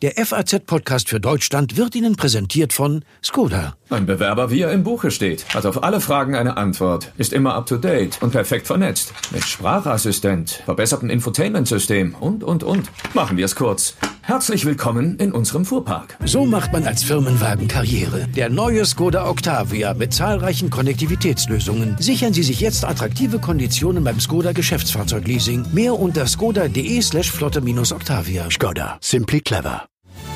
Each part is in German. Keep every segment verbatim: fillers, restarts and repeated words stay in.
Der F A Z-Podcast für Deutschland wird Ihnen präsentiert von Skoda. Ein Bewerber, wie er im Buche steht, hat auf alle Fragen eine Antwort, ist immer up-to-date und perfekt vernetzt. Mit Sprachassistent, verbessertem Infotainment-System und, und, und. Machen wir es kurz. Herzlich willkommen in unserem Fuhrpark. So macht man als Firmenwagen Karriere. Der neue Skoda Octavia mit zahlreichen Konnektivitätslösungen. Sichern Sie sich jetzt attraktive Konditionen beim Skoda Geschäftsfahrzeugleasing. Mehr unter skoda.de slash flotte minus Octavia. Skoda. Simply clever.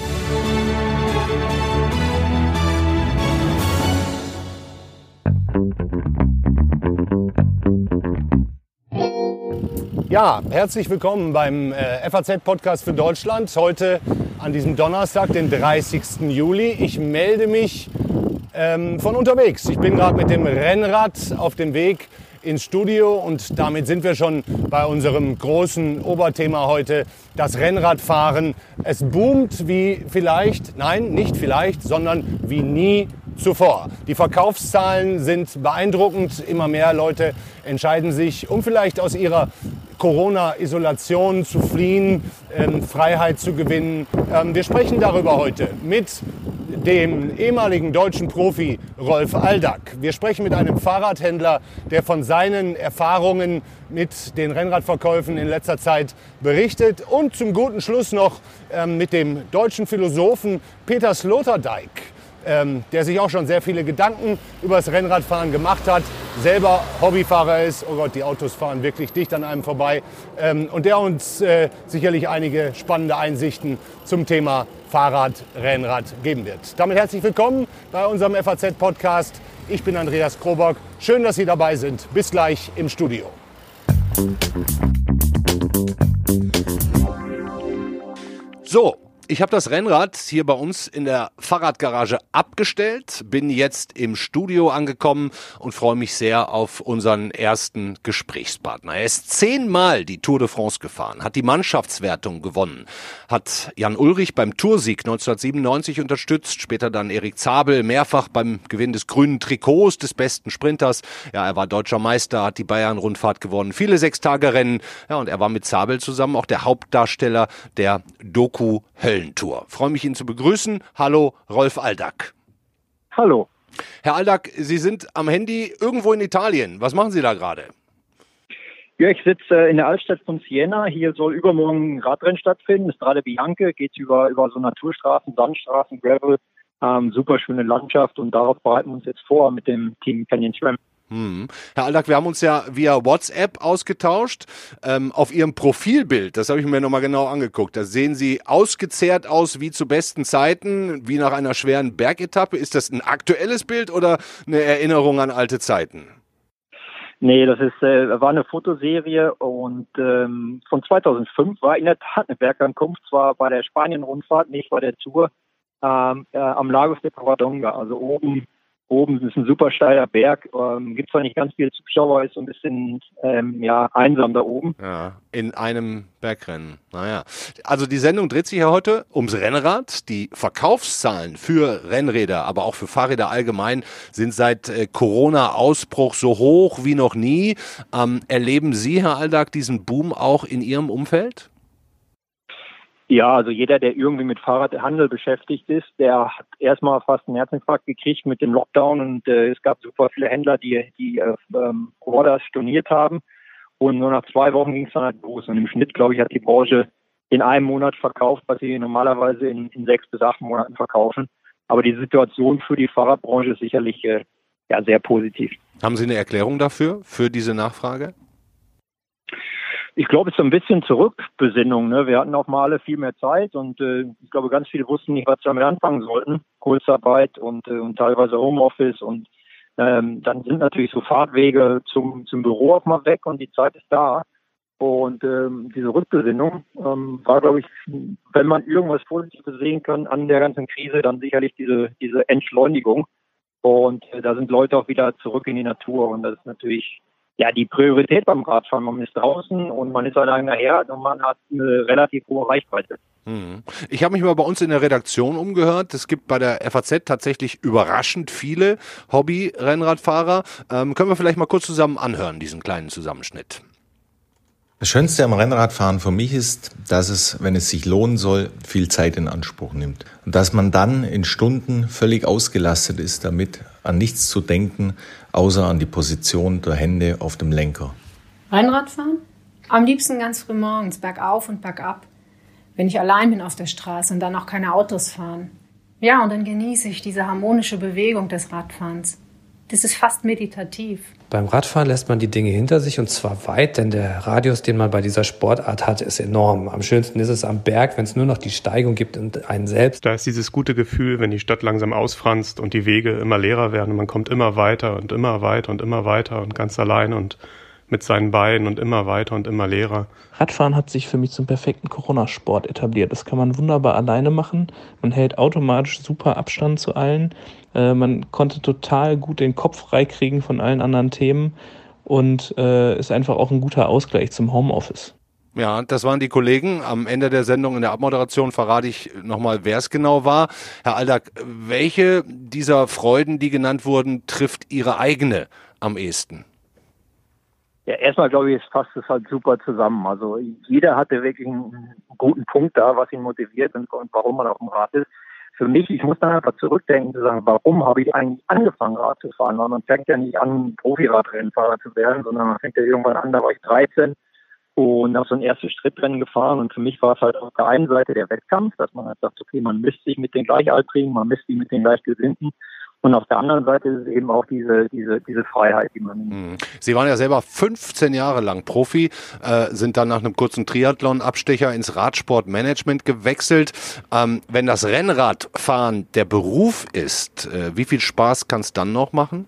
Ja, herzlich willkommen beim äh, F A Z-Podcast für Deutschland. Heute an diesem Donnerstag, den dreißigsten Juli. Ich melde mich ähm, von unterwegs. Ich bin gerade mit dem Rennrad auf dem Weg ins Studio und damit sind wir schon bei unserem großen Oberthema heute, das Rennradfahren. Es boomt wie vielleicht, nein, nicht vielleicht, sondern wie nie zuvor. Die Verkaufszahlen sind beeindruckend. Immer mehr Leute entscheiden sich, um vielleicht aus ihrer Corona-Isolation zu fliehen, ähm, Freiheit zu gewinnen. Ähm, wir sprechen darüber heute mit dem ehemaligen deutschen Profi Rolf Aldag. Wir sprechen mit einem Fahrradhändler, der von seinen Erfahrungen mit den Rennradverkäufen in letzter Zeit berichtet. Und zum guten Schluss noch ähm, mit dem deutschen Philosophen Peter Sloterdijk, ähm, der sich auch schon sehr viele Gedanken über das Rennradfahren gemacht hat, selber Hobbyfahrer ist, oh Gott, die Autos fahren wirklich dicht an einem vorbei, ähm, und der uns äh, sicherlich einige spannende Einsichten zum Thema Fahrrad, Rennrad geben wird. Damit herzlich willkommen bei unserem F A Z-Podcast. Ich bin Andreas Krobock. Schön, dass Sie dabei sind. Bis gleich im Studio. So, ich habe das Rennrad hier bei uns in der Fahrradgarage abgestellt, bin jetzt im Studio angekommen und freue mich sehr auf unseren ersten Gesprächspartner. Er ist zehnmal die Tour de France gefahren, hat die Mannschaftswertung gewonnen, hat Jan Ullrich beim Toursieg neunzehnhundertsiebenundneunzig unterstützt, später dann Erik Zabel mehrfach beim Gewinn des grünen Trikots des besten Sprinters. Ja, er war deutscher Meister, hat die Bayern-Rundfahrt gewonnen, viele Sechstagerennen. Ja, und er war mit Zabel zusammen auch der Hauptdarsteller der Doku Höllentour. Freue mich, ihn zu begrüßen. Hallo, Rolf Aldag. Hallo. Herr Aldag, Sie sind am Handy irgendwo in Italien. Was machen Sie da gerade? Ja, ich sitze in der Altstadt von Siena. Hier soll übermorgen ein Radrennen stattfinden. Strade Bianche geht über, über so Naturstraßen, Sandstraßen, Gravel. Ähm, super schöne Landschaft und darauf bereiten wir uns jetzt vor mit dem Team Canyon SRAM. Hm. Herr Aldag, wir haben uns ja via WhatsApp ausgetauscht. Ähm, auf Ihrem Profilbild, das habe ich mir nochmal genau angeguckt, da sehen Sie ausgezehrt aus wie zu besten Zeiten, wie nach einer schweren Bergetappe. Ist das ein aktuelles Bild oder eine Erinnerung an alte Zeiten? Nee, das ist äh, war eine Fotoserie und ähm, von zweitausendfünf war in der Tat eine Bergankunft, zwar bei der Spanien-Rundfahrt, nicht bei der Tour, ähm, äh, am Lagos de Covadonga, also oben. Oben ist ein super steiler Berg, ähm, gibt zwar nicht ganz viele Zuschauer, ist so ein bisschen ähm, ja, einsam da oben. Ja, in einem Bergrennen. Naja, also die Sendung dreht sich ja heute ums Rennrad. Die Verkaufszahlen für Rennräder, aber auch für Fahrräder allgemein sind seit äh, Corona-Ausbruch so hoch wie noch nie. Ähm, erleben Sie, Herr Aldag, diesen Boom auch in Ihrem Umfeld? Ja, also jeder, der irgendwie mit Fahrradhandel beschäftigt ist, der hat erstmal fast einen Herzinfarkt gekriegt mit dem Lockdown und äh, es gab super viele Händler, die die äh, ähm, Orders storniert haben und nur nach zwei Wochen ging es dann halt los und im Schnitt, glaube ich, hat die Branche in einem Monat verkauft, was sie normalerweise in, in sechs bis acht Monaten verkaufen. Aber die Situation für die Fahrradbranche ist sicherlich äh, ja sehr positiv. Haben Sie eine Erklärung dafür, für diese Nachfrage? Ich glaube, es ist so ein bisschen Zurückbesinnung. Ne? Wir hatten auf mal alle viel mehr Zeit und äh, ich glaube, ganz viele wussten nicht, was sie damit anfangen sollten. Kurzarbeit und, äh, und teilweise Homeoffice und ähm, dann sind natürlich so Fahrtwege zum, zum Büro auch mal weg und die Zeit ist da. Und ähm, diese Rückbesinnung ähm, war, glaube ich, wenn man irgendwas Positives sehen kann an der ganzen Krise, dann sicherlich diese, diese Entschleunigung. Und äh, da sind Leute auch wieder zurück in die Natur und das ist natürlich ja, die Priorität beim Radfahren. Man ist draußen und man ist allein daher und man hat eine relativ hohe Reichweite. Ich habe mich mal bei uns in der Redaktion umgehört. Es gibt bei der F A Z tatsächlich überraschend viele Hobby-Rennradfahrer. Ähm, können wir vielleicht mal kurz zusammen anhören, diesen kleinen Zusammenschnitt? Das Schönste am Rennradfahren für mich ist, dass es, wenn es sich lohnen soll, viel Zeit in Anspruch nimmt. Und dass man dann in Stunden völlig ausgelastet ist, damit an nichts zu denken, außer an die Position der Hände auf dem Lenker. Rennradfahren? Am liebsten ganz früh morgens, bergauf und bergab. Wenn ich allein bin auf der Straße und dann auch keine Autos fahren. Ja, und dann genieße ich diese harmonische Bewegung des Radfahrens. Das ist fast meditativ. Beim Radfahren lässt man die Dinge hinter sich und zwar weit, denn der Radius, den man bei dieser Sportart hat, ist enorm. Am schönsten ist es am Berg, wenn es nur noch die Steigung gibt und einen selbst. Da ist dieses gute Gefühl, wenn die Stadt langsam ausfranst und die Wege immer leerer werden und man kommt immer weiter und immer weiter und immer weiter und ganz allein und mit seinen Beinen und immer weiter und immer leerer. Radfahren hat sich für mich zum perfekten Corona-Sport etabliert. Das kann man wunderbar alleine machen. Man hält automatisch super Abstand zu allen. Äh, man konnte total gut den Kopf freikriegen von allen anderen Themen und äh, ist einfach auch ein guter Ausgleich zum Homeoffice. Ja, das waren die Kollegen. Am Ende der Sendung in der Abmoderation verrate ich nochmal, wer es genau war. Herr Aldag, welche dieser Freuden, die genannt wurden, trifft Ihre eigene am ehesten? Ja, erstmal glaube ich, es fasst es halt super zusammen. Also jeder hatte wirklich einen guten Punkt da, was ihn motiviert und, und warum man auf dem Rad ist. Für mich, ich muss dann einfach zurückdenken, zu sagen, warum habe ich eigentlich angefangen, Rad zu fahren? Weil man fängt ja nicht an, Profiradrennfahrer zu werden, sondern man fängt ja irgendwann an, da war ich dreizehn und habe so ein erstes Schrittrennen gefahren. Und für mich war es halt auf der einen Seite der Wettkampf, dass man halt sagt, okay, man misst sich mit den Gleichaltrigen, man misst sich mit den Gleichgesinnten. Und auf der anderen Seite ist es eben auch diese, diese, diese Freiheit, die man nimmt. Sie waren ja selber fünfzehn Jahre lang Profi, äh, sind dann nach einem kurzen Triathlon-Abstecher ins Radsportmanagement gewechselt. Ähm, wenn das Rennradfahren der Beruf ist, äh, wie viel Spaß kann es dann noch machen?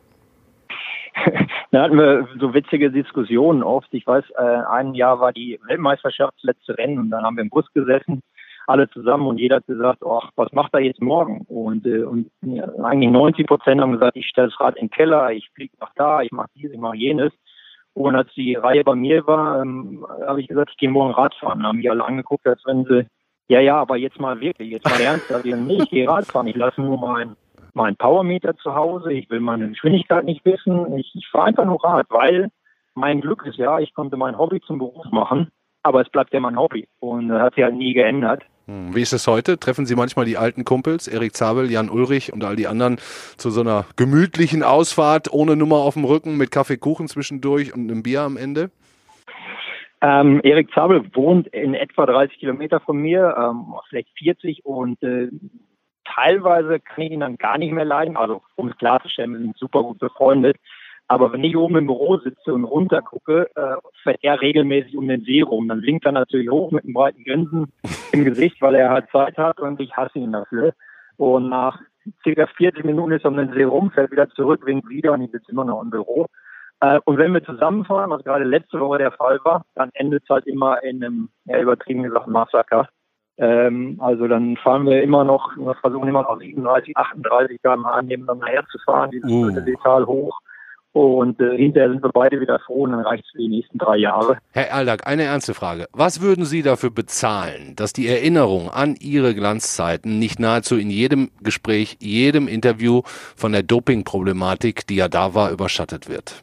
Da hatten wir so witzige Diskussionen oft. Ich weiß, äh, ein Jahr war die Weltmeisterschaft, das letzte Rennen, und dann haben wir im Bus gesessen, alle zusammen, und jeder hat gesagt, ach, was macht er jetzt morgen? Und, äh, und ja, eigentlich neunzig Prozent haben gesagt, ich stelle das Rad in den Keller, ich fliege nach da, ich mache dies, ich mache jenes. Und als die Reihe bei mir war, ähm, habe ich gesagt, ich gehe morgen Radfahren. Da haben mich alle angeguckt, als wenn sie, ja, ja, aber jetzt mal wirklich, jetzt mal ernst. Also, nee, ich gehe Radfahren, ich lasse nur mein, mein Powermeter zu Hause, ich will meine Geschwindigkeit nicht wissen, ich, ich fahre einfach nur Rad, weil mein Glück ist ja, ich konnte mein Hobby zum Beruf machen, aber es bleibt ja mein Hobby und das hat sich halt nie geändert. Wie ist es heute? Treffen Sie manchmal die alten Kumpels, Erik Zabel, Jan Ullrich und all die anderen, zu so einer gemütlichen Ausfahrt ohne Nummer auf dem Rücken mit Kaffee, Kuchen zwischendurch und einem Bier am Ende? Ähm, Erik Zabel wohnt in etwa dreißig Kilometer von mir, ähm, vielleicht vierzig, und äh, teilweise kann ich ihn dann gar nicht mehr leiden. Also um es klarzustellen, wir sind super gut befreundet. Aber wenn ich oben im Büro sitze und runter gucke, äh, fährt er regelmäßig um den See rum. Dann sinkt er natürlich hoch mit einem breiten Grinsen im Gesicht, weil er halt Zeit hat, und ich hasse ihn dafür. Und nach circa vierzig Minuten ist er um den See rum, fährt wieder zurück, winkt wieder, und ich sitze immer noch im Büro. Äh, und wenn wir zusammenfahren, was gerade letzte Woche der Fall war, dann endet es halt immer in einem, ja, übertrieben gesagt, Massaker. Ähm, also dann fahren wir immer noch, wir versuchen immer noch siebenunddreißig, achtunddreißig Kilometer pro Stunde nebeneinander herzufahren, dieses uh. Tal hoch. Und äh, hinterher sind wir beide wieder froh, und dann reicht es für die nächsten drei Jahre. Herr Aldag, eine ernste Frage. Was würden Sie dafür bezahlen, dass die Erinnerung an Ihre Glanzzeiten nicht nahezu in jedem Gespräch, jedem Interview von der Doping-Problematik, die ja da war, überschattet wird?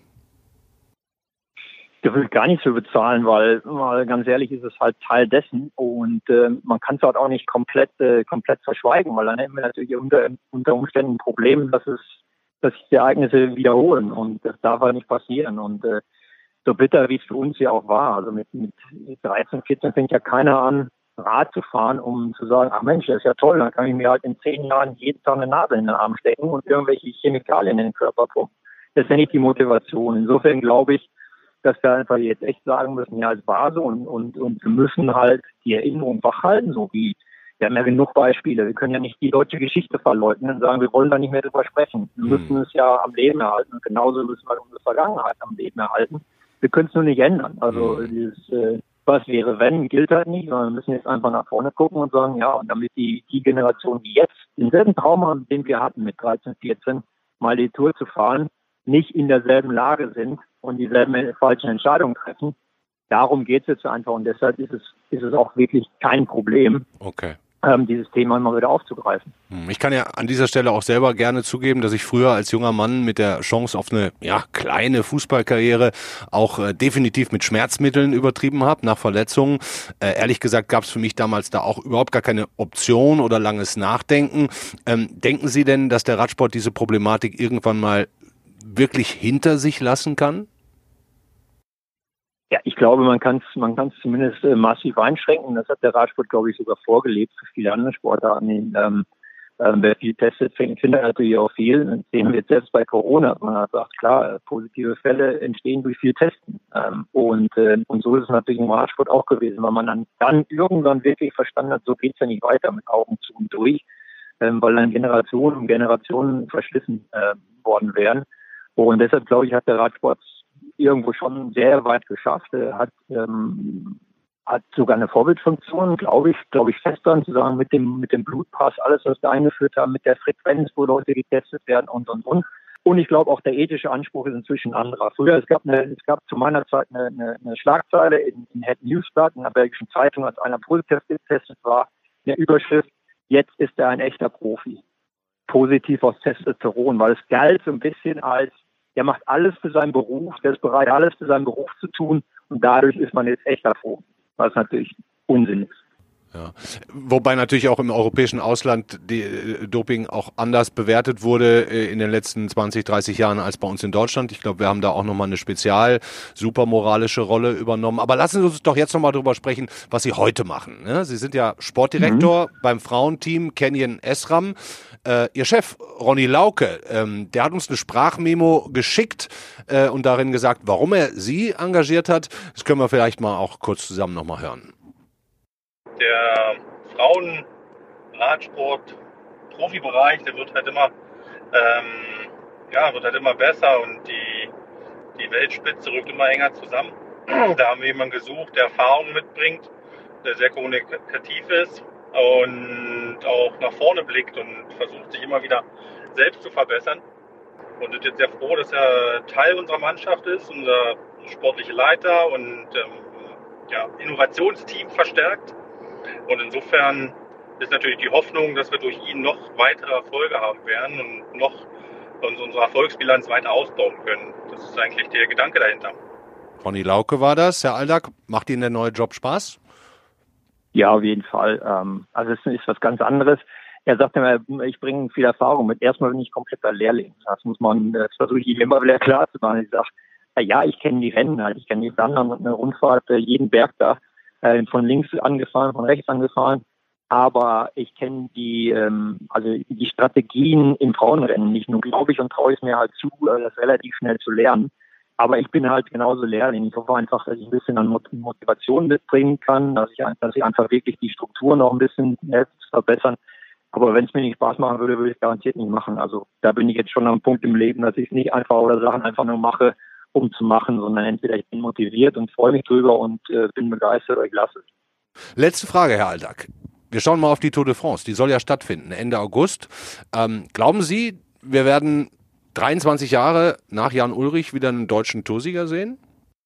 Da will ich gar nichts für bezahlen, weil, weil ganz ehrlich ist es halt Teil dessen, und äh, man kann es halt auch nicht komplett äh, komplett verschweigen, weil dann hätten wir natürlich unter, unter Umständen ein Problem, dass es dass sich die Ereignisse wiederholen, und das darf halt nicht passieren. Und äh, so bitter, wie es für uns ja auch war, also mit, mit dreizehn, vierzehn fängt ja keiner an, Rad zu fahren, um zu sagen, ach Mensch, das ist ja toll, dann kann ich mir halt in zehn Jahren jeden Tag eine Nadel in den Arm stecken und irgendwelche Chemikalien in den Körper pumpen. Das ist ja nicht die Motivation. Insofern glaube ich, dass wir einfach jetzt echt sagen müssen, ja, es war so, und, und, und wir müssen halt die Erinnerung wachhalten, so wie, wir haben ja genug Beispiele. Wir können ja nicht die deutsche Geschichte verleugnen und sagen, wir wollen da nicht mehr drüber sprechen. Wir müssen es ja am Leben erhalten, und genauso müssen wir unsere Vergangenheit am Leben erhalten. Wir können es nur nicht ändern. Also dieses, äh, was wäre wenn, gilt halt nicht, sondern wir müssen jetzt einfach nach vorne gucken und sagen, ja, und damit die, die Generation, die jetzt denselben Traum haben, den wir hatten mit dreizehn, vierzehn, mal die Tour zu fahren, nicht in derselben Lage sind und dieselben falschen Entscheidungen treffen. Darum geht es jetzt einfach, und deshalb ist es, ist es auch wirklich kein Problem. Okay. ähm, dieses Thema immer wieder aufzugreifen. Ich kann ja an dieser Stelle auch selber gerne zugeben, dass ich früher als junger Mann mit der Chance auf eine ja kleine Fußballkarriere auch äh, definitiv mit Schmerzmitteln übertrieben habe, nach Verletzungen. Äh, ehrlich gesagt gab es für mich damals da auch überhaupt gar keine Option oder langes Nachdenken. Ähm, denken Sie denn, dass der Radsport diese Problematik irgendwann mal wirklich hinter sich lassen kann? Ja, ich glaube, man kann es man kann's zumindest äh, massiv einschränken. Das hat der Radsport, glaube ich, sogar vorgelebt für viele andere Sportarten. Ähm, ähm, wer viel testet, findet natürlich auch viel. Das sehen wir jetzt selbst bei Corona. Man hat gesagt, klar, positive Fälle entstehen durch viel Testen. Ähm, und, äh, und so ist es natürlich im Radsport auch gewesen, weil man dann, dann irgendwann wirklich verstanden hat, so geht's ja nicht weiter mit Augen zu und durch, ähm, weil dann Generationen und Generationen verschlissen äh, worden wären. Und deshalb, glaube ich, hat der Radsport irgendwo schon sehr weit geschafft. Er hat, ähm, hat sogar eine Vorbildfunktion, glaube ich, glaube ich fest dran zu sagen, mit dem, mit dem Blutpass, alles, was wir eingeführt haben, mit der Frequenz, wo Leute getestet werden und, und, und. Und ich glaube, auch der ethische Anspruch ist inzwischen anderer. Früher, es gab eine, es gab zu meiner Zeit eine, eine, eine Schlagzeile in, in Het Nieuwsblad, in der belgischen Zeitung, als einer positiv getestet war, eine Überschrift, jetzt ist er ein echter Profi. Positiv aus Testosteron, weil es galt so ein bisschen als, der macht alles für seinen Beruf, der ist bereit, alles für seinen Beruf zu tun und dadurch ist man jetzt echter Profi, was natürlich Unsinn ist. Ja. Wobei natürlich auch im europäischen Ausland die äh, Doping auch anders bewertet wurde äh, in den letzten zwanzig, dreißig Jahren als bei uns in Deutschland. Ich glaube, wir haben da auch nochmal eine spezial super moralische Rolle übernommen. Aber lassen Sie uns doch jetzt nochmal drüber sprechen, was Sie heute machen. Ne? Sie sind ja Sportdirektor mhm. beim Frauenteam Canyon S-Ram. Äh, Ihr Chef Ronny Lauke, ähm, der hat uns eine Sprachmemo geschickt äh, und darin gesagt, warum er Sie engagiert hat. Das können wir vielleicht mal auch kurz zusammen nochmal hören. Der Frauen-Radsport-Profibereich, der wird halt immer, ähm, ja, wird halt immer besser und die, die Weltspitze rückt immer enger zusammen. Da haben wir jemanden gesucht, der Erfahrung mitbringt, der sehr kommunikativ ist und auch nach vorne blickt und versucht, sich immer wieder selbst zu verbessern. Und sind jetzt sehr froh, dass er Teil unserer Mannschaft ist, unser sportlicher Leiter und ähm, ja, Innovationsteam verstärkt. Und insofern ist natürlich die Hoffnung, dass wir durch ihn noch weitere Erfolge haben werden und noch unsere Erfolgsbilanz weiter ausbauen können. Das ist eigentlich der Gedanke dahinter. Ronny Lauke war das. Herr Aldag, macht Ihnen der neue Job Spaß? Ja, auf jeden Fall. Also es ist was ganz anderes. Er sagt immer, ich bringe viel Erfahrung mit. Erstmal bin ich kompletter Lehrling. Das muss man, das versuche ich ihm immer wieder klar zu machen. Ich sage, ja, ich kenne die Rennen halt. Ich kenne die Flandern und eine Rundfahrt, jeden Berg da. Von links angefahren, von rechts angefahren, aber ich kenne die, ähm, also die Strategien im Frauenrennen nicht. Nur glaube ich und traue ich mir halt zu, das relativ schnell zu lernen. Aber ich bin halt genauso Lehrling. Ich hoffe einfach, dass ich ein bisschen an Motivation mitbringen kann, dass ich, dass ich einfach wirklich die Struktur noch ein bisschen helfe zu verbessern. Aber wenn es mir nicht Spaß machen würde, würde ich es garantiert nicht machen. Also da bin ich jetzt schon am Punkt im Leben, dass ich es nicht einfach oder Sachen einfach nur mache, um zu machen, sondern entweder ich bin motiviert und freue mich drüber und äh, bin begeistert oder ich lasse es. Letzte Frage, Herr Aldag. Wir schauen mal auf die Tour de France. Die soll ja stattfinden, Ende August. Ähm, glauben Sie, wir werden dreiundzwanzig Jahre nach Jan Ullrich wieder einen deutschen Toursieger sehen?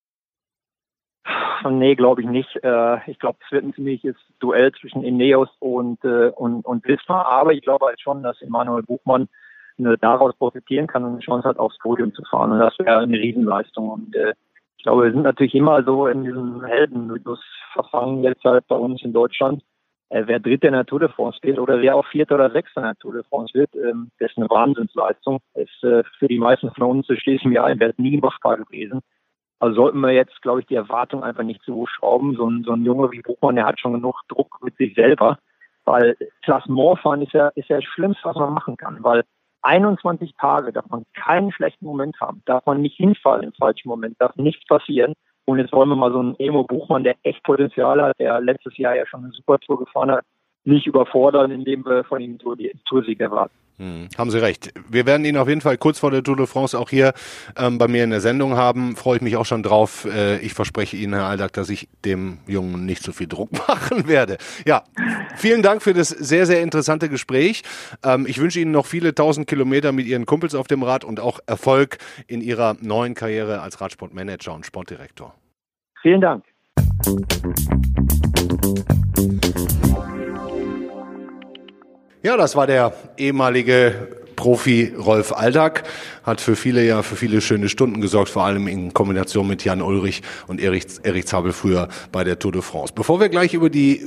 Nee, glaube ich nicht. Äh, ich glaube, es wird ein ziemliches Duell zwischen Ineos und, äh, und, und Visma. Aber ich glaube halt schon, dass Emanuel Buchmann daraus profitieren kann und eine Chance hat, aufs Podium zu fahren. Und das wäre eine Riesenleistung. Und äh, ich glaube, wir sind natürlich immer so in diesem Heldenmythos verfangen, jetzt halt bei uns in Deutschland. Äh, wer Dritter in der Tour de France wird oder wer auch Vierter oder Sechster in der Tour de France wird, ähm, das ist eine Wahnsinnsleistung. Ist äh, für die meisten von uns, das schließe ich mir ein, wäre es nie machbar gewesen. Also sollten wir jetzt, glaube ich, die Erwartung einfach nicht zu hoch schrauben. So ein, so ein Junge wie Buchmann, der hat schon genug Druck mit sich selber. Weil Klassement fahren ist ja, ist ja das Schlimmste, was man machen kann. Weil einundzwanzig Tage darf man keinen schlechten Moment haben, darf man nicht hinfallen im falschen Moment, darf nichts passieren. Und jetzt wollen wir mal so einen Emo Buchmann, der echt Potenzial hat, der letztes Jahr ja schon eine super Tour gefahren hat, nicht überfordern, indem wir von ihm die Toursieg erwarten. Hm, haben Sie recht. Wir werden ihn auf jeden Fall kurz vor der Tour de France auch hier ähm, bei mir in der Sendung haben. Freue ich mich auch schon drauf. Äh, ich verspreche Ihnen, Herr Aldag, dass ich dem Jungen nicht so viel Druck machen werde. Ja, vielen Dank für das sehr, sehr interessante Gespräch. Ähm, ich wünsche Ihnen noch viele tausend Kilometer mit Ihren Kumpels auf dem Rad und auch Erfolg in Ihrer neuen Karriere als Radsportmanager und Sportdirektor. Vielen Dank. Ja, das war der ehemalige Profi Rolf Aldag, hat für viele ja für viele schöne Stunden gesorgt, vor allem in Kombination mit Jan Ullrich und Erich, Erich Zabel früher bei der Tour de France. Bevor wir gleich über die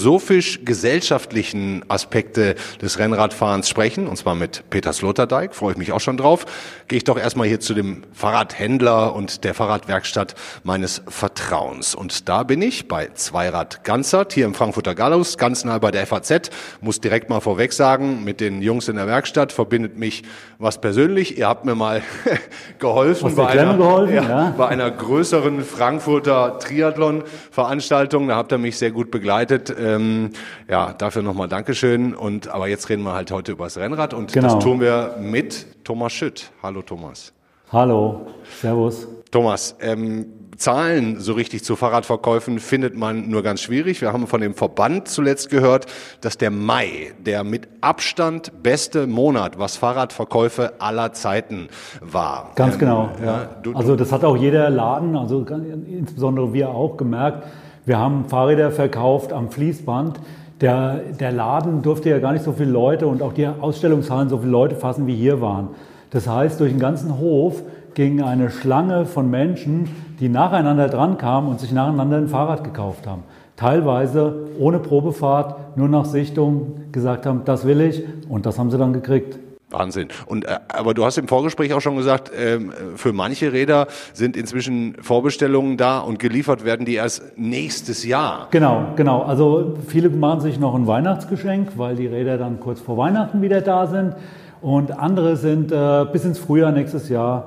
philosophisch-gesellschaftlichen Aspekte des Rennradfahrens sprechen, und zwar mit Peter Sloterdijk, freue ich mich auch schon drauf, gehe ich doch erstmal hier zu dem Fahrradhändler und der Fahrradwerkstatt meines Vertrauens. Und da bin ich bei Zweirad Ganzert, hier im Frankfurter Gallus, ganz nah bei der F A Z, muss direkt mal vorweg sagen, mit den Jungs in der Werkstatt verbindet mich was persönlich. Ihr habt mir mal geholfen, bei einer, geholfen ja, ja. bei einer größeren Frankfurter Triathlon-Veranstaltung. Da habt ihr mich sehr gut begleitet. Ähm, ja, dafür nochmal Dankeschön. Und, aber jetzt reden wir halt heute über das Rennrad und genau. Das tun wir mit Thomas Schütt. Hallo Thomas. Hallo, servus. Thomas, ähm, Zahlen so richtig zu Fahrradverkäufen findet man nur ganz schwierig. Wir haben von dem Verband zuletzt gehört, dass der Mai der mit Abstand beste Monat, was Fahrradverkäufe aller Zeiten war. Ganz ähm, genau, ja. Du, du also das hat auch jeder Laden, also insbesondere wir auch gemerkt. Wir haben Fahrräder verkauft am Fließband. Der, der Laden durfte ja gar nicht so viele Leute und auch die Ausstellungshallen so viele Leute fassen, wie hier waren. Das heißt, durch den ganzen Hof ging eine Schlange von Menschen, die nacheinander dran kamen und sich nacheinander ein Fahrrad gekauft haben. Teilweise ohne Probefahrt, nur nach Sichtung gesagt haben, das will ich, und das haben sie dann gekriegt. Wahnsinn. Und äh, aber du hast im Vorgespräch auch schon gesagt, ähm, für manche Räder sind inzwischen Vorbestellungen da und geliefert werden die erst nächstes Jahr. Genau, genau. Also viele machen sich noch ein Weihnachtsgeschenk, weil die Räder dann kurz vor Weihnachten wieder da sind. Und andere sind äh, bis ins Frühjahr nächstes Jahr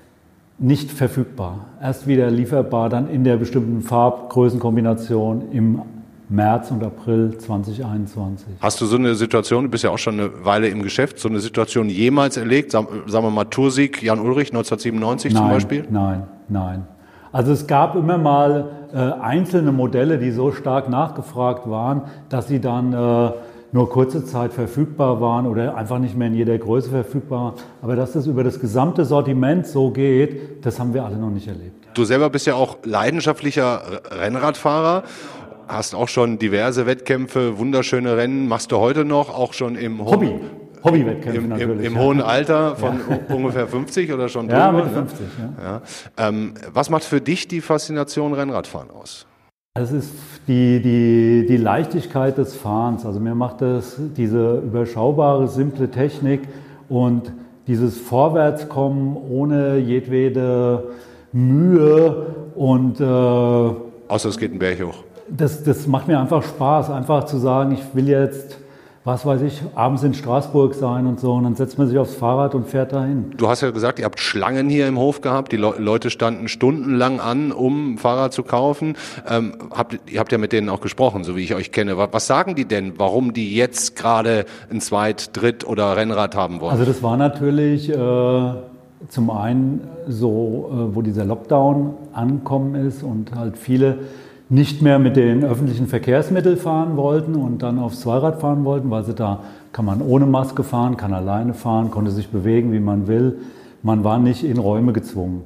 nicht verfügbar. Erst wieder lieferbar dann in der bestimmten Farb-Größenkombination im März und April zwanzig einundzwanzig. Hast du so eine Situation, du bist ja auch schon eine Weile im Geschäft, so eine Situation jemals erlebt? Sagen wir mal Toursieg, Jan Ullrich neunzehnhundertsiebenundneunzig nein, zum Beispiel? Nein, nein. Also es gab immer mal äh, einzelne Modelle, die so stark nachgefragt waren, dass sie dann äh, nur kurze Zeit verfügbar waren oder einfach nicht mehr in jeder Größe verfügbar waren. Aber dass das über das gesamte Sortiment so geht, das haben wir alle noch nicht erlebt. Du selber bist ja auch leidenschaftlicher Rennradfahrer, hast auch schon diverse Wettkämpfe, wunderschöne Rennen, machst du heute noch, auch schon im Hobby. Hobbywettkämpfe Im, natürlich. Im, im ja. hohen Alter von ja. ungefähr fünfzig oder schon drüber? Ja, Mitte fünfzig. Ja. Ja. Ähm, was macht für dich die Faszination Rennradfahren aus? Es ist die, die, die Leichtigkeit des Fahrens. Also mir macht das diese überschaubare, simple Technik und dieses Vorwärtskommen ohne jedwede Mühe und äh, außer es geht einen Berg hoch. Das, das macht mir einfach Spaß, einfach zu sagen, ich will jetzt, was weiß ich, abends in Straßburg sein und so, und dann setzt man sich aufs Fahrrad und fährt dahin. Du hast ja gesagt, ihr habt Schlangen hier im Hof gehabt, die Le- Leute standen stundenlang an, um ein Fahrrad zu kaufen. Ähm, habt, ihr habt ja mit denen auch gesprochen, so wie ich euch kenne. Was, was sagen die denn, warum die jetzt gerade ein Zweit-, Dritt- oder Rennrad haben wollen? Also das war natürlich äh, zum einen so, äh, wo dieser Lockdown angekommen ist und halt viele nicht mehr mit den öffentlichen Verkehrsmitteln fahren wollten und dann aufs Zweirad fahren wollten, weil sie da kann man ohne Maske fahren, kann alleine fahren, konnte sich bewegen, wie man will. Man war nicht in Räume gezwungen.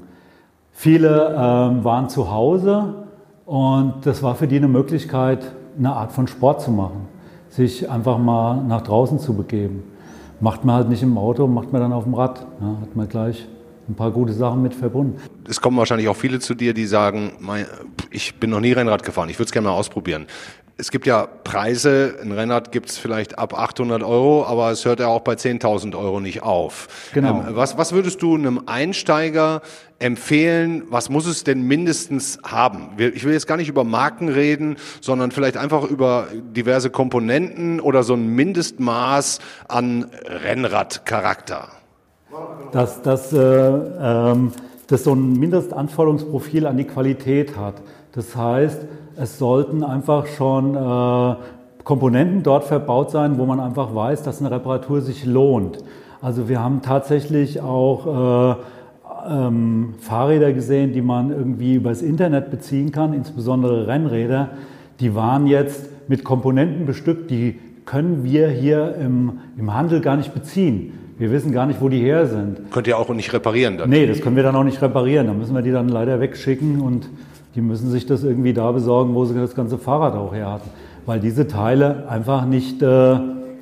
Viele ähm, waren zu Hause und das war für die eine Möglichkeit, eine Art von Sport zu machen, sich einfach mal nach draußen zu begeben. Macht man halt nicht im Auto, macht man dann auf dem Rad. Ja, hat man gleich ein paar gute Sachen mit verbunden. Es kommen wahrscheinlich auch viele zu dir, die sagen, ich bin noch nie Rennrad gefahren, ich würde es gerne mal ausprobieren. Es gibt ja Preise, ein Rennrad gibt es vielleicht ab achthundert Euro, aber es hört ja auch bei zehntausend Euro nicht auf. Genau. Ähm, was, was würdest du einem Einsteiger empfehlen, was muss es denn mindestens haben? Ich will jetzt gar nicht über Marken reden, sondern vielleicht einfach über diverse Komponenten oder so ein Mindestmaß an Rennradcharakter. Dass, dass, äh, ähm, das so ein Mindestanforderungsprofil an die Qualität hat. Das heißt, es sollten einfach schon äh, Komponenten dort verbaut sein, wo man einfach weiß, dass eine Reparatur sich lohnt. Also wir haben tatsächlich auch äh, ähm, Fahrräder gesehen, die man irgendwie übers Internet beziehen kann, insbesondere Rennräder. Die waren jetzt mit Komponenten bestückt, die können wir hier im, im Handel gar nicht beziehen. Wir wissen gar nicht, wo die her sind. Könnt ihr auch nicht reparieren dann? Nee, das können wir dann auch nicht reparieren. Da müssen wir die dann leider wegschicken und die müssen sich das irgendwie da besorgen, wo sie das ganze Fahrrad auch her hatten. Weil diese Teile einfach nicht, äh,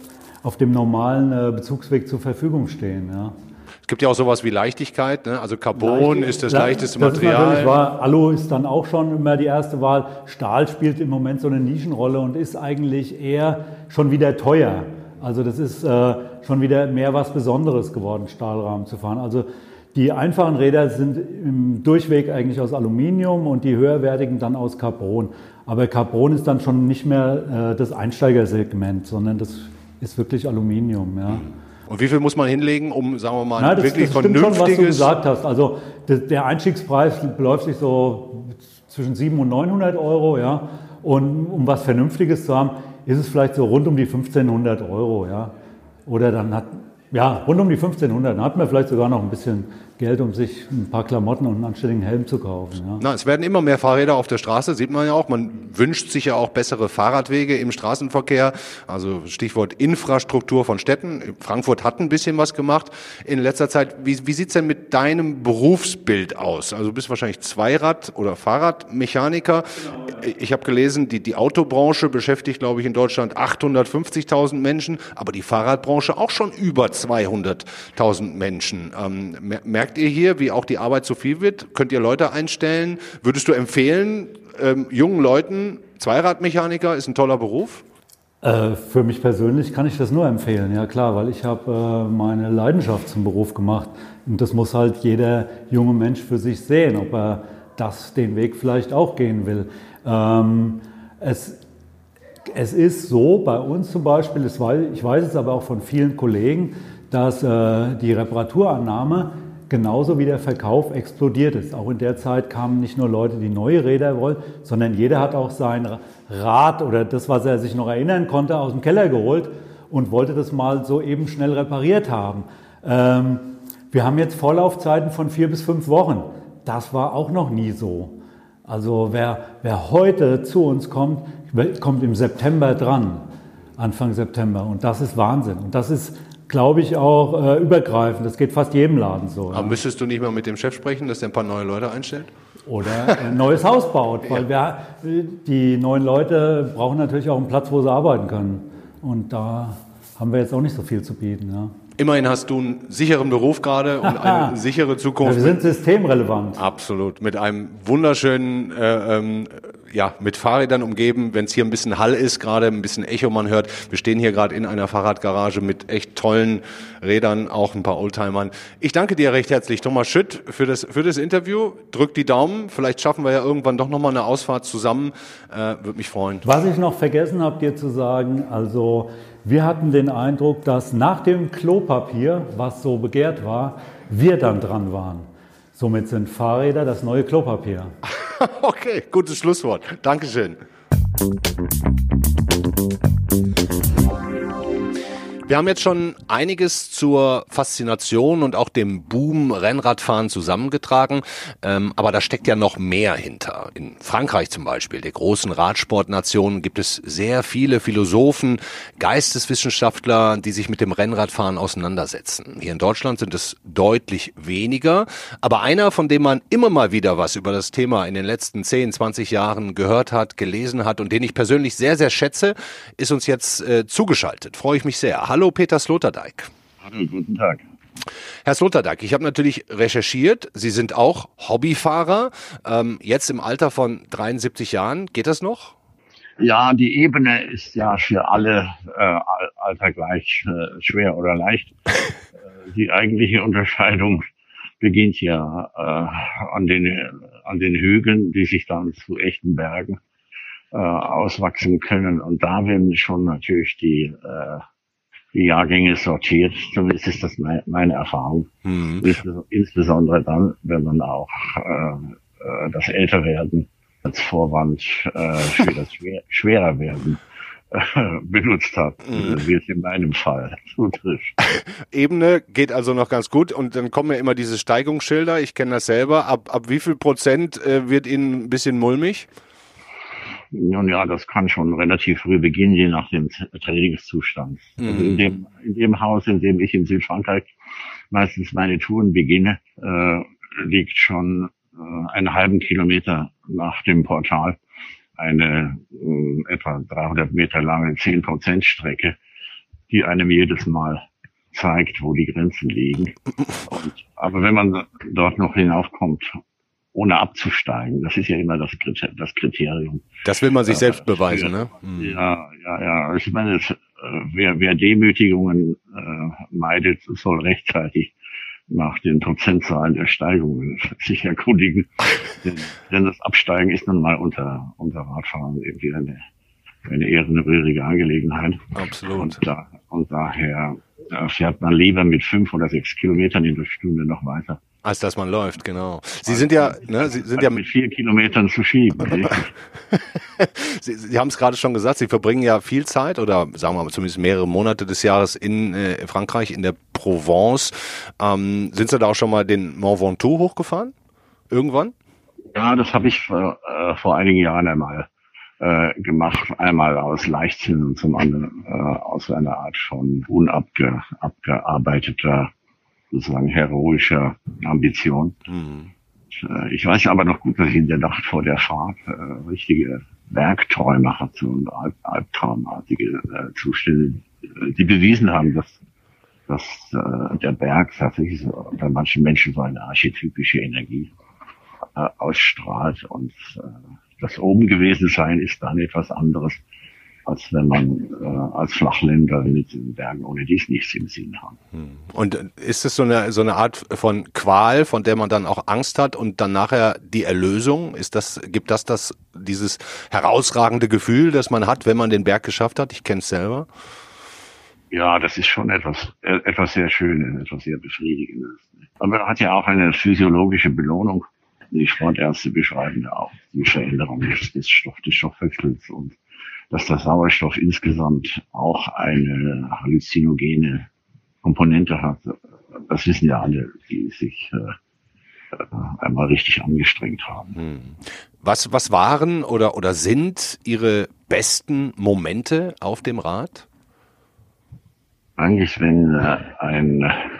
auf dem normalen äh, Bezugsweg zur Verfügung stehen. Ja. Es gibt ja auch sowas wie Leichtigkeit, ne? Also Carbon Leicht, ist das ja, leichteste das Material. Ist natürlich wahr. Alu ist dann auch schon immer die erste Wahl. Stahl spielt im Moment so eine Nischenrolle und ist eigentlich eher schon wieder teuer. Also das ist äh, schon wieder mehr was Besonderes geworden, Stahlrahmen zu fahren. Also die einfachen Räder sind im Durchweg eigentlich aus Aluminium und die höherwertigen dann aus Carbon. Aber Carbon ist dann schon nicht mehr äh, das Einsteigersegment, sondern das ist wirklich Aluminium. Ja. Und wie viel muss man hinlegen, um, sagen wir mal, Na, ein das, wirklich das stimmt vernünftiges... schon, was du gesagt hast. Also der Einstiegspreis beläuft sich so zwischen siebenhundert und neunhundert Euro. Ja. Und um was Vernünftiges zu haben, ist es vielleicht so rund um die fünfzehnhundert Euro. Ja. Oder dann hat, ja, rund um die fünfzehnhundert. Dann hat man vielleicht sogar noch ein bisschen Geld, um sich ein paar Klamotten und einen anständigen Helm zu kaufen. Ja. Na, es werden immer mehr Fahrräder auf der Straße, sieht man ja auch. Man wünscht sich ja auch bessere Fahrradwege im Straßenverkehr. Also Stichwort Infrastruktur von Städten. Frankfurt hat ein bisschen was gemacht in letzter Zeit. Wie, wie sieht's denn mit deinem Berufsbild aus? Also du bist wahrscheinlich Zweirad- oder Fahrradmechaniker. Genau, ja. Ich habe gelesen, die, die Autobranche beschäftigt, glaube ich, in Deutschland achthundertfünfzigtausend Menschen, aber die Fahrradbranche auch schon über zweihunderttausend Menschen. Ähm, Merkt ihr hier, wie auch die Arbeit zu viel wird? Könnt ihr Leute einstellen? Würdest du empfehlen, ähm, jungen Leuten, Zweiradmechaniker ist ein toller Beruf? Äh, für mich persönlich kann ich das nur empfehlen, ja klar, weil ich habe äh, meine Leidenschaft zum Beruf gemacht. Und das muss halt jeder junge Mensch für sich sehen, ob er das, den Weg vielleicht auch gehen will. Ähm, es, es ist so, bei uns zum Beispiel, das weiß, ich weiß es aber auch von vielen Kollegen, dass äh, die Reparaturannahme genauso wie der Verkauf explodiert ist. Auch in der Zeit kamen nicht nur Leute, die neue Räder wollen, sondern jeder hat auch sein Rad oder das, was er sich noch erinnern konnte, aus dem Keller geholt und wollte das mal so eben schnell repariert haben. Ähm, wir haben jetzt Vorlaufzeiten von vier bis fünf Wochen. Das war auch noch nie so. Also wer, wer heute zu uns kommt, kommt im September dran, Anfang September. Und das ist Wahnsinn. Und das ist, glaube ich, auch äh, übergreifend. Das geht fast jedem Laden so. Aber ja. Müsstest du nicht mal mit dem Chef sprechen, dass der ein paar neue Leute einstellt? Oder ein neues Haus baut. Weil wir, die neuen Leute brauchen natürlich auch einen Platz, wo sie arbeiten können. Und da haben wir jetzt auch nicht so viel zu bieten. Ja. Immerhin hast du einen sicheren Beruf gerade und eine sichere Zukunft. Ja, wir sind systemrelevant. Absolut. Mit einem wunderschönen, äh, ähm, ja, mit Fahrrädern umgeben. Wenn es hier ein bisschen Hall ist, gerade ein bisschen Echo man hört. Wir stehen hier gerade in einer Fahrradgarage mit echt tollen Rädern, auch ein paar Oldtimern. Ich danke dir recht herzlich, Thomas Schütt, für das, für das Interview. Drück die Daumen. Vielleicht schaffen wir ja irgendwann doch nochmal eine Ausfahrt zusammen. Äh, würde mich freuen. Was ich noch vergessen habe, dir zu sagen, also wir hatten den Eindruck, dass nach dem Klopapier, was so begehrt war, wir dann dran waren. Somit sind Fahrräder das neue Klopapier. Okay, gutes Schlusswort. Dankeschön. Wir haben jetzt schon einiges zur Faszination und auch dem Boom Rennradfahren zusammengetragen, ähm, aber da steckt ja noch mehr hinter. In Frankreich zum Beispiel, der großen Radsportnation, gibt es sehr viele Philosophen, Geisteswissenschaftler, die sich mit dem Rennradfahren auseinandersetzen. Hier in Deutschland sind es deutlich weniger, aber einer, von dem man immer mal wieder was über das Thema in den letzten zehn, zwanzig Jahren gehört hat, gelesen hat und den ich persönlich sehr, sehr schätze, ist uns jetzt äh, zugeschaltet. Freue ich mich sehr. Hallo Peter Sloterdijk. Hallo, guten Tag. Herr Sloterdijk, ich habe natürlich recherchiert. Sie sind auch Hobbyfahrer, ähm, jetzt im Alter von dreiundsiebzig Jahren. Geht das noch? Ja, die Ebene ist ja für alle äh, Alter gleich äh, schwer oder leicht. Die eigentliche Unterscheidung beginnt ja äh, an den an den Hügeln, die sich dann zu echten Bergen äh, auswachsen können. Und da werden schon natürlich die äh, die Jahrgänge sortiert, zumindest ist das meine, meine Erfahrung. Mhm. Insbesondere dann, wenn man auch äh, das Älterwerden als Vorwand äh, für das schwer, schwerer werden äh, benutzt hat, mhm. wie es in meinem Fall zutrifft. Ebene geht also noch ganz gut und dann kommen ja immer diese Steigungsschilder, ich kenne das selber. Ab, ab wie viel Prozent äh, wird Ihnen ein bisschen mulmig? Nun ja, das kann schon relativ früh beginnen, je nach dem Trainingszustand. Mhm. Also in dem, in dem Haus, in dem ich in Südfrankreich meistens meine Touren beginne, äh, liegt schon äh, einen halben Kilometer nach dem Portal eine äh, etwa dreihundert Meter lange zehn Prozent Strecke, die einem jedes Mal zeigt, wo die Grenzen liegen. Und, aber wenn man dort noch hinaufkommt, ohne abzusteigen, das ist ja immer das Kriterium. Das will man sich selbst beweisen, ne? Ja, ja, ja. Ich meine, es, wer, wer Demütigungen äh, meidet, soll rechtzeitig nach den Prozentzahlen der Steigungen sich erkundigen. denn, denn das Absteigen ist nun mal unter, unter Radfahren irgendwie eine, eine ehrenrührige Angelegenheit. Absolut. Und, da, und daher fährt man lieber mit fünf oder sechs Kilometern in der Stunde noch weiter. Als dass man läuft, genau. Sie sind ja, ne, Sie sind ja mit vier Kilometern zu schieben. Sie, Sie haben es gerade schon gesagt, Sie verbringen ja viel Zeit oder sagen wir mal zumindest mehrere Monate des Jahres in äh, Frankreich, in der Provence. Ähm, sind Sie da auch schon mal den Mont Ventoux hochgefahren? Irgendwann? Ja, das habe ich äh, vor einigen Jahren einmal äh, gemacht. Einmal aus Leichtsinn und zum anderen äh, aus einer Art von unabgearbeiteter, sozusagen heroischer Ambition. Mhm. Ich weiß aber noch gut, dass ich in der Nacht vor der Fahrt äh, richtige Bergträume hatte und Alp albtraumartige äh, Zustände, die bewiesen haben, dass, dass äh, der Berg tatsächlich so, bei manchen Menschen so eine archetypische Energie äh, ausstrahlt. Und äh, das oben gewesen sein ist dann etwas anderes, als wenn man äh, als Flachländer mit den Bergen ohne dies nichts im Sinn hat. Und ist es so eine so eine Art von Qual, von der man dann auch Angst hat und dann nachher die Erlösung? Ist das, gibt das das dieses herausragende Gefühl, das man hat, wenn man den Berg geschafft hat? Ich kenne es selber. Ja, das ist schon etwas etwas sehr Schönes, etwas sehr Befriedigendes. Aber er hat ja auch eine physiologische Belohnung. Die Sportärzte beschreiben ja auch die Veränderung des, des, Stoff, des Stoffwechsels und dass der Sauerstoff insgesamt auch eine halluzinogene Komponente hat. Das wissen ja alle, die sich äh, einmal richtig angestrengt haben. Was, was waren oder, oder sind Ihre besten Momente auf dem Rad? Eigentlich, wenn äh, ein,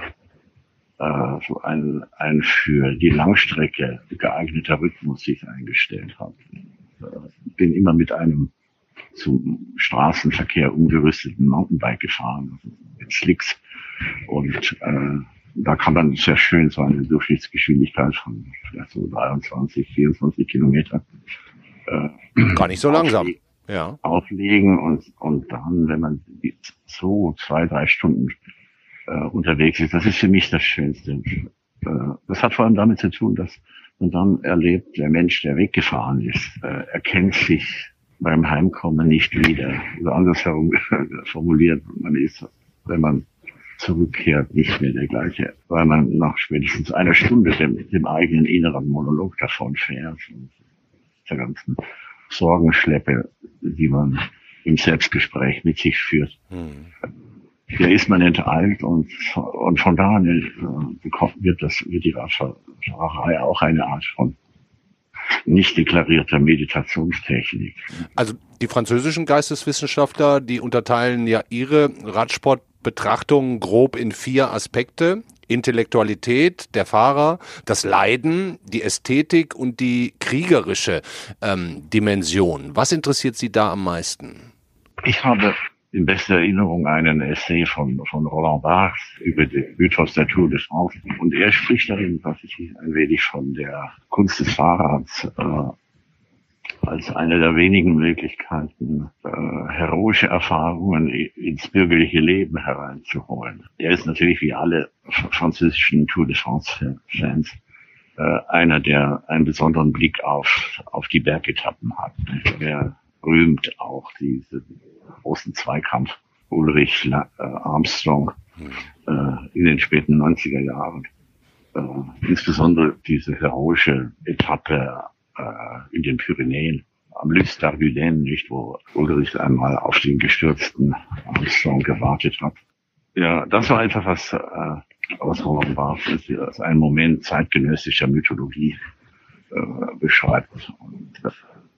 äh, so ein, ein für die Langstrecke geeigneter Rhythmus sich eingestellt hat. Ich bin immer mit einem zum Straßenverkehr umgerüsteten Mountainbike gefahren, also mit Slicks. Und äh, da kann man sehr schön so eine Durchschnittsgeschwindigkeit von vielleicht so dreiundzwanzig, vierundzwanzig Kilometer äh, gar nicht so langsam, auflegen, ja. auflegen und und dann, wenn man so zwei, drei Stunden äh, unterwegs ist, das ist für mich das Schönste. Äh, das hat vor allem damit zu tun, dass man dann erlebt, der Mensch, der weggefahren ist, äh, erkennt sich beim Heimkommen nicht wieder. Oder andersherum formuliert, man ist, wenn man zurückkehrt, nicht mehr der gleiche, weil man nach spätestens einer Stunde dem, dem eigenen inneren Monolog davon fährt und der ganzen Sorgenschleppe, die man im Selbstgespräch mit sich führt. Hm. Da ist man enteilt und, und von da an wird das, wird die Radfahrerei auch eine Art von nicht deklarierter Meditationstechnik. Also die französischen Geisteswissenschaftler, die unterteilen ja ihre Radsportbetrachtungen grob in vier Aspekte. Intellektualität der Fahrer, das Leiden, die Ästhetik und die kriegerische ähm, Dimension. Was interessiert Sie da am meisten? Ich habe in bester Erinnerung einen Essay von, von Roland Barthes über den Mythos der Tour de France. Und er spricht darin, was ich ein wenig von der Kunst des Fahrrads äh, als eine der wenigen Möglichkeiten, äh, heroische Erfahrungen ins bürgerliche Leben hereinzuholen. Er ist natürlich wie alle französischen Tour de France-Fans äh, einer, der einen besonderen Blick auf, auf die Bergetappen hat. Er rühmt auch diese großen Zweikampf Ulrich äh, Armstrong äh, in den späten neunziger Jahren. Äh, insbesondere diese heroische Etappe äh, in den Pyrenäen, am Lys d'Arbulaine, nicht, wo Ulrich einmal auf den gestürzten Armstrong gewartet hat. Ja, das war einfach was, äh, was Roland Barthes als einen Moment zeitgenössischer Mythologie äh, beschreibt. Und das,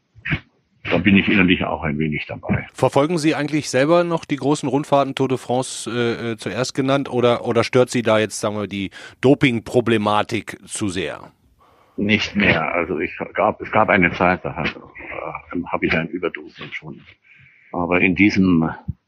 da bin ich innerlich auch ein wenig dabei. Verfolgen Sie eigentlich selber noch die großen Rundfahrten, Tour de France äh, zuerst genannt, oder oder stört Sie da jetzt, sagen wir, die Doping-Problematik zu sehr? Nicht mehr. Also ich gab, es gab eine Zeit, da habe äh, hab ich eine Überdosis empfunden. Aber in diesem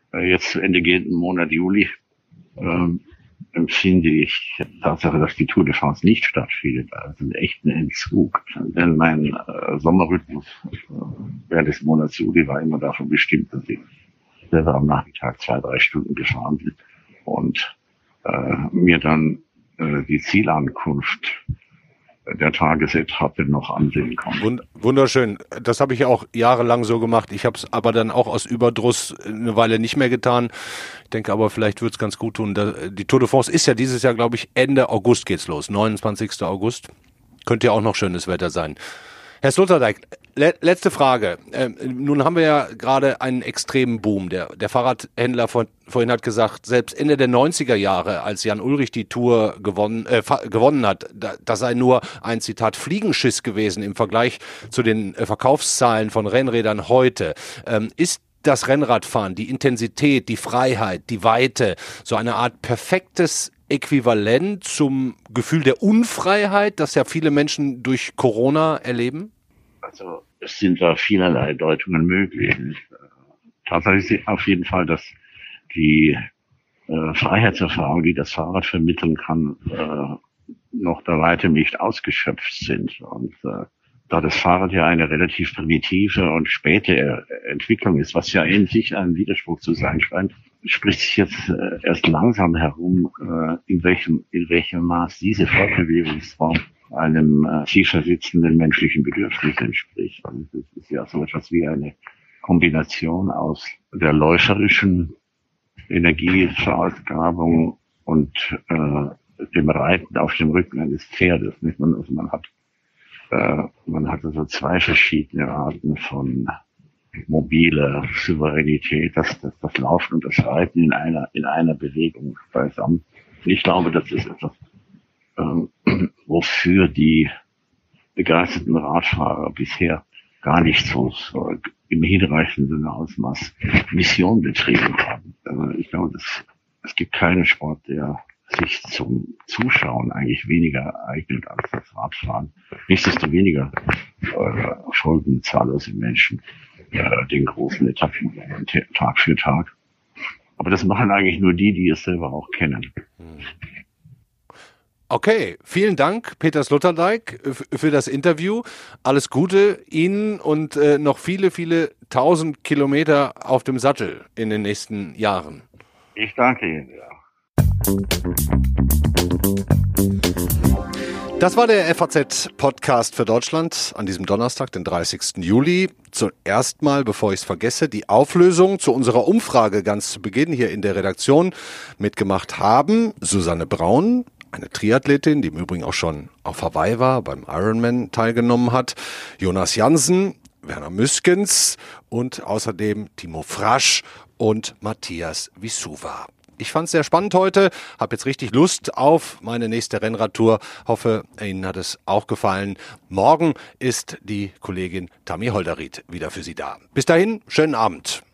äh, jetzt zu Ende gehenden Monat Juli ähm, empfinde ich die Tatsache, dass die Tour de France nicht stattfindet, als einen echten Entzug. Denn mein äh, Sommerrhythmus äh, während des Monats Juli war immer davon bestimmt, dass ich selber am Nachmittag zwei, drei Stunden gefahren bin und äh, mir dann äh, die Zielankunft der Tagesetappe noch ansehen kann. Wunderschön. Das habe ich auch jahrelang so gemacht. Ich habe es aber dann auch aus Überdruss eine Weile nicht mehr getan. Ich denke aber, vielleicht wird es ganz gut tun. Die Tour de France ist ja dieses Jahr, glaube ich, Ende August geht's los. neunundzwanzigsten August. Könnte ja auch noch schönes Wetter sein. Herr Sloterdijk, le- letzte Frage. Ähm, nun haben wir ja gerade einen extremen Boom. Der, der Fahrradhändler von, vorhin hat gesagt, selbst Ende der neunziger Jahre, als Jan Ullrich die Tour gewonnen, äh, fa- gewonnen hat, da, das sei nur ein, Zitat, Fliegenschiss gewesen im Vergleich zu den äh, Verkaufszahlen von Rennrädern heute. Ähm, ist das Rennradfahren, die Intensität, die Freiheit, die Weite, so eine Art perfektes Äquivalent zum Gefühl der Unfreiheit, das ja viele Menschen durch Corona erleben? Also es sind da vielerlei Deutungen möglich. Tatsächlich ist auf jeden Fall, dass die äh, Freiheitserfahrung, die das Fahrrad vermitteln kann, äh, noch bei weitem nicht ausgeschöpft sind. Und äh, da das Fahrrad ja eine relativ primitive und späte Entwicklung ist, was ja in sich ein Widerspruch zu sein scheint, spricht sich jetzt äh, erst langsam herum, äh, in welchem in welchem Maß diese Fortbewegungsform einem äh, tiefer sitzenden menschlichen Bedürfnis entspricht. Also das ist ja so etwas wie eine Kombination aus der läuferischen Energieverausgabung und äh, dem Reiten auf dem Rücken eines Pferdes. Nicht? Man, also man hat äh, man hat also zwei verschiedene Arten von mobile Souveränität, das, das, das Laufen und das Reiten in einer, in einer Bewegung beisammen. Ich glaube, das ist etwas, ähm, wofür die begeisterten Radfahrer bisher gar nicht so, so im hinreichenden Ausmaß Mission betrieben haben. Also ich glaube, das, es gibt keinen Sport, der sich zum Zuschauen eigentlich weniger eignet als das Radfahren. Nichtsdestoweniger äh, folgen zahllose Menschen äh, den großen Etappen Tag für Tag. Aber das machen eigentlich nur die, die es selber auch kennen. Okay, vielen Dank, Peter Sloterdijk, für das Interview. Alles Gute Ihnen und äh, noch viele, viele tausend Kilometer auf dem Sattel in den nächsten Jahren. Ich danke Ihnen, ja. Das war der F A Z-Podcast für Deutschland an diesem Donnerstag, den dreißigsten Juli. Zuerst mal, bevor ich es vergesse, die Auflösung zu unserer Umfrage ganz zu Beginn hier in der Redaktion mitgemacht haben. Susanne Braun, eine Triathletin, die im Übrigen auch schon auf Hawaii war, beim Ironman teilgenommen hat. Jonas Jansen, Werner Müskens und außerdem Timo Frasch und Matthias Wisuwa. Ich fand es sehr spannend heute, habe jetzt richtig Lust auf meine nächste Rennradtour. Hoffe, Ihnen hat es auch gefallen. Morgen ist die Kollegin Tammy Holderried wieder für Sie da. Bis dahin, schönen Abend.